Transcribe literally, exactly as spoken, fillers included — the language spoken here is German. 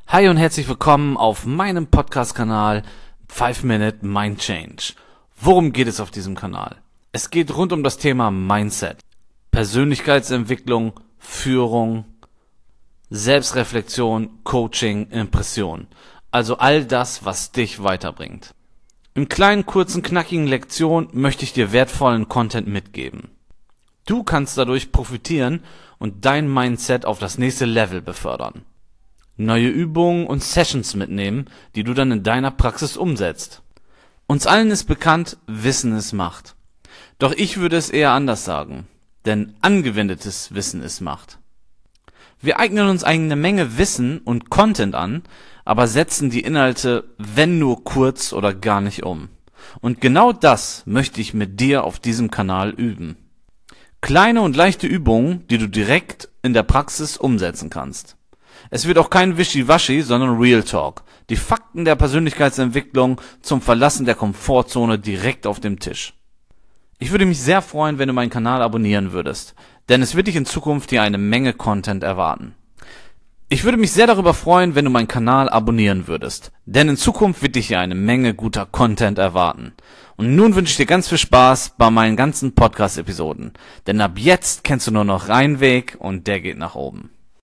Hi und herzlich willkommen auf meinem Podcast-Kanal five minute Mind Change. Worum geht es auf diesem Kanal? Es geht rund um das Thema Mindset, Persönlichkeitsentwicklung, Führung, Selbstreflexion, Coaching, Impression. Also all das, was dich weiterbringt. In kleinen, kurzen, knackigen Lektionen möchte ich dir wertvollen Content mitgeben. Du kannst dadurch profitieren und dein Mindset auf das nächste Level befördern. Neue Übungen und Sessions mitnehmen, die du dann in deiner Praxis umsetzt. Uns allen ist bekannt, Wissen ist Macht. Doch ich würde es eher anders sagen, denn angewendetes Wissen ist Macht. Wir eignen uns eine Menge Wissen und Content an, aber setzen die Inhalte, wenn nur kurz oder gar nicht um. Und genau das möchte ich mit dir auf diesem Kanal üben. Kleine und leichte Übungen, die du direkt in der Praxis umsetzen kannst. Es wird auch kein Wischiwaschi, sondern Real Talk. Die Fakten der Persönlichkeitsentwicklung zum Verlassen der Komfortzone direkt auf dem Tisch. Ich würde mich sehr freuen, wenn du meinen Kanal abonnieren würdest, denn es wird dich in Zukunft hier eine Menge Content erwarten. Ich würde mich sehr darüber freuen, wenn du meinen Kanal abonnieren würdest, denn in Zukunft wird dich hier eine Menge guter Content erwarten. Und nun wünsche ich dir ganz viel Spaß bei meinen ganzen Podcast-Episoden, denn ab jetzt kennst du nur noch einen Weg und der geht nach oben.